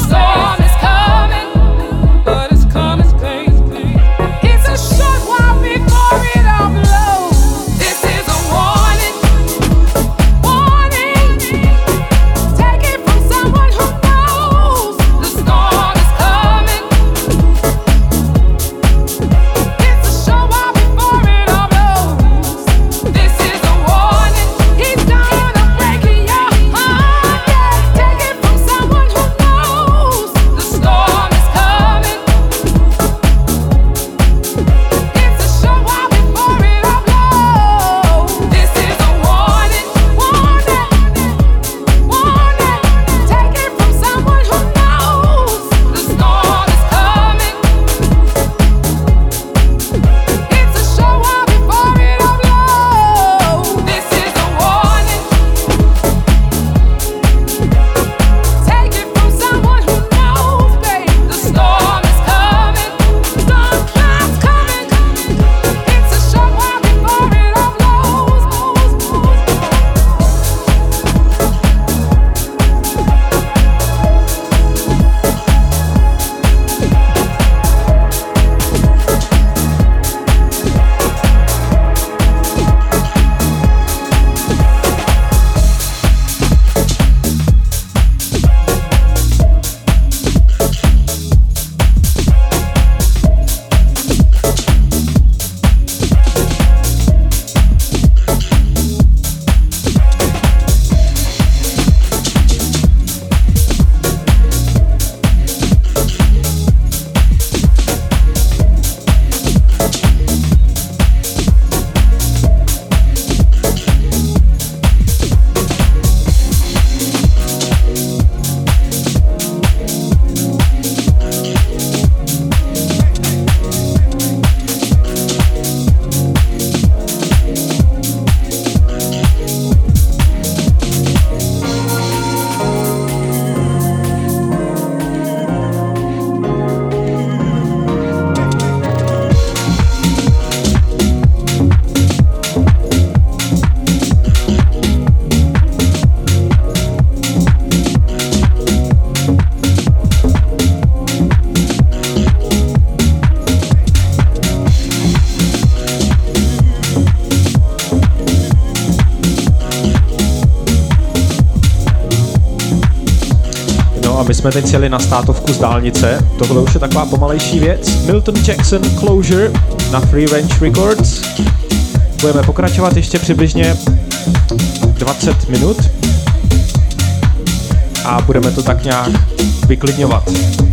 It's a short while a my jsme teď jeli na státovku z dálnice. Tohle už je taková pomalejší věc. Milton Jackson Closure na Free Range Records. Budeme pokračovat ještě přibližně dvacet minut a budeme to tak nějak vyklidňovat.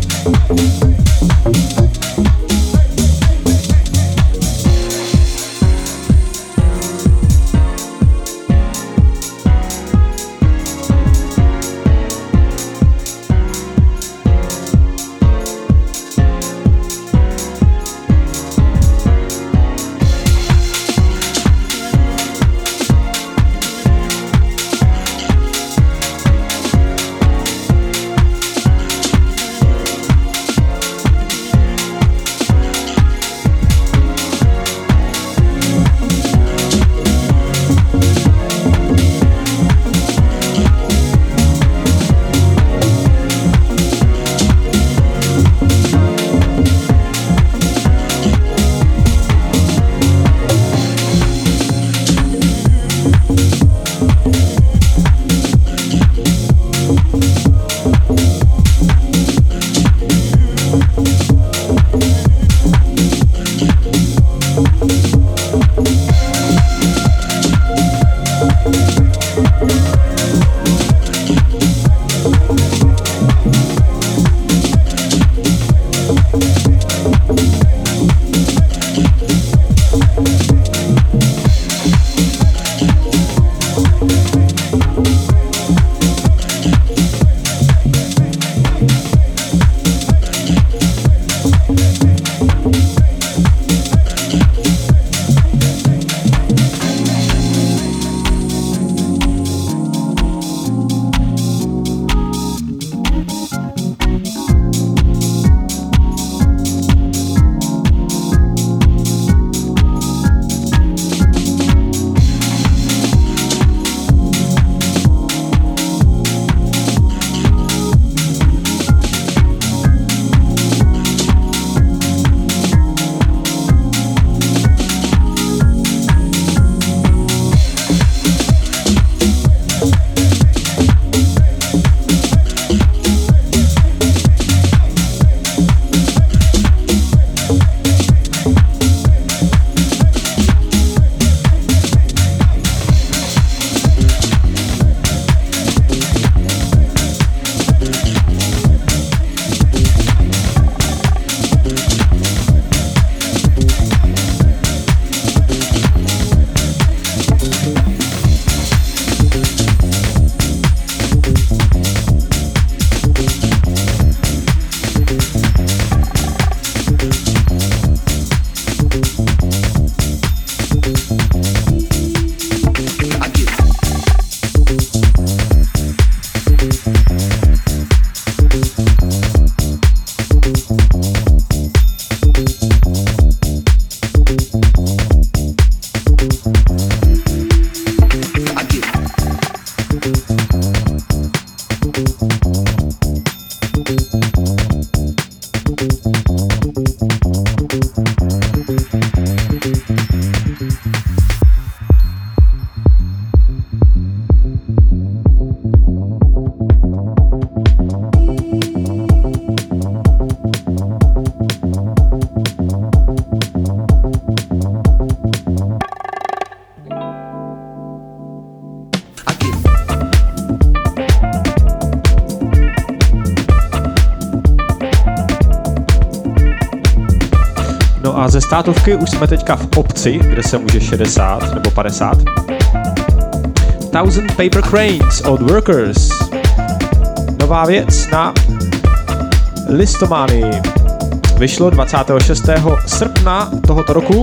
A ze státovky už jsme teďka v obci, kde se může šedesát nebo padesát. Thousand Paper Cranes od Workers. Nová věc na Listomanii. Vyšlo dvacátého šestého srpna tohoto roku.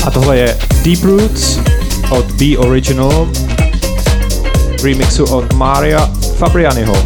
A tohle je Deep Roots od B Original, remixu od Maria Fabrianiho.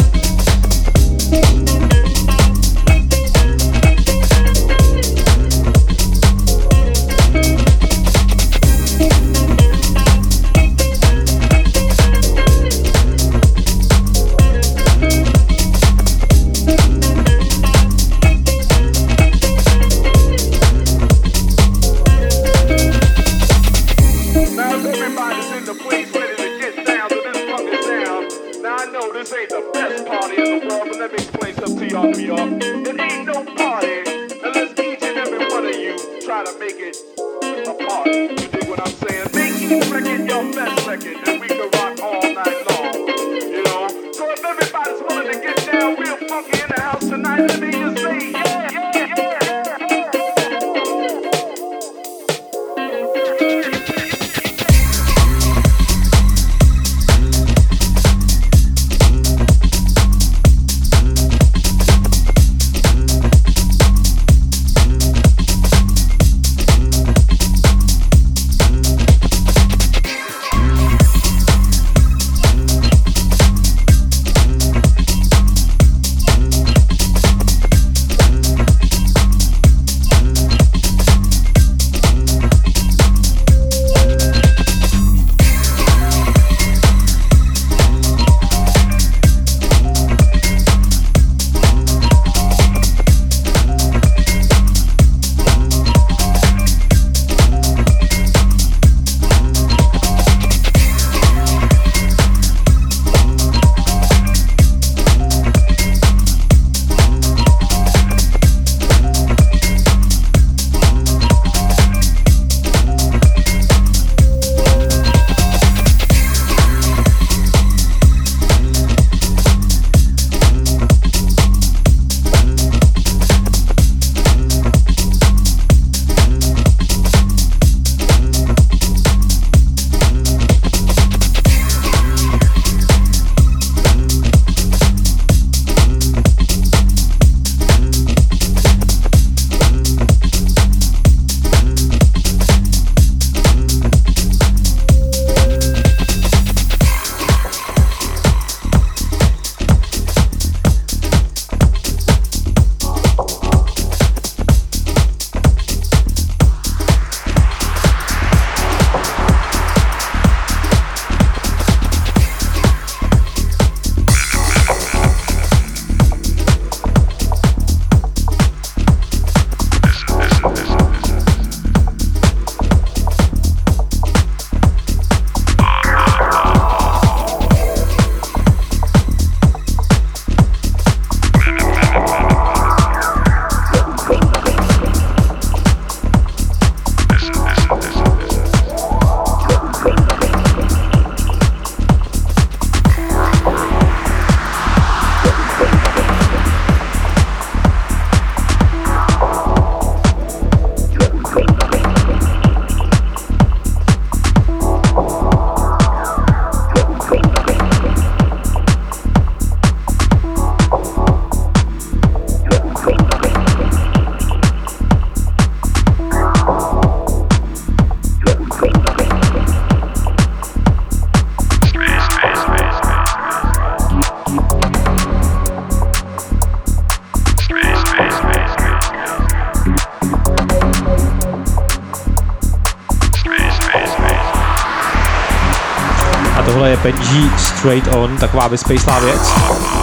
Tohle je Benji Straight On, taková vyspejslá věc.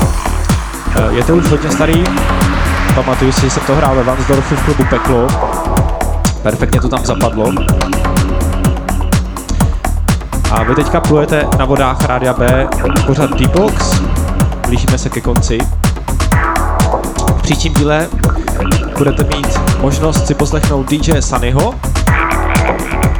Je to už hodně starý, pamatuju si, že jsem to hrál ve Vansdorfu v klubu Peklo. Perfektně to tam zapadlo. A vy teďka plujete na vodách Rádia B pořad D-Box, blížíme se ke konci. V příštím díle budete mít možnost si poslechnout D J Sunnyho,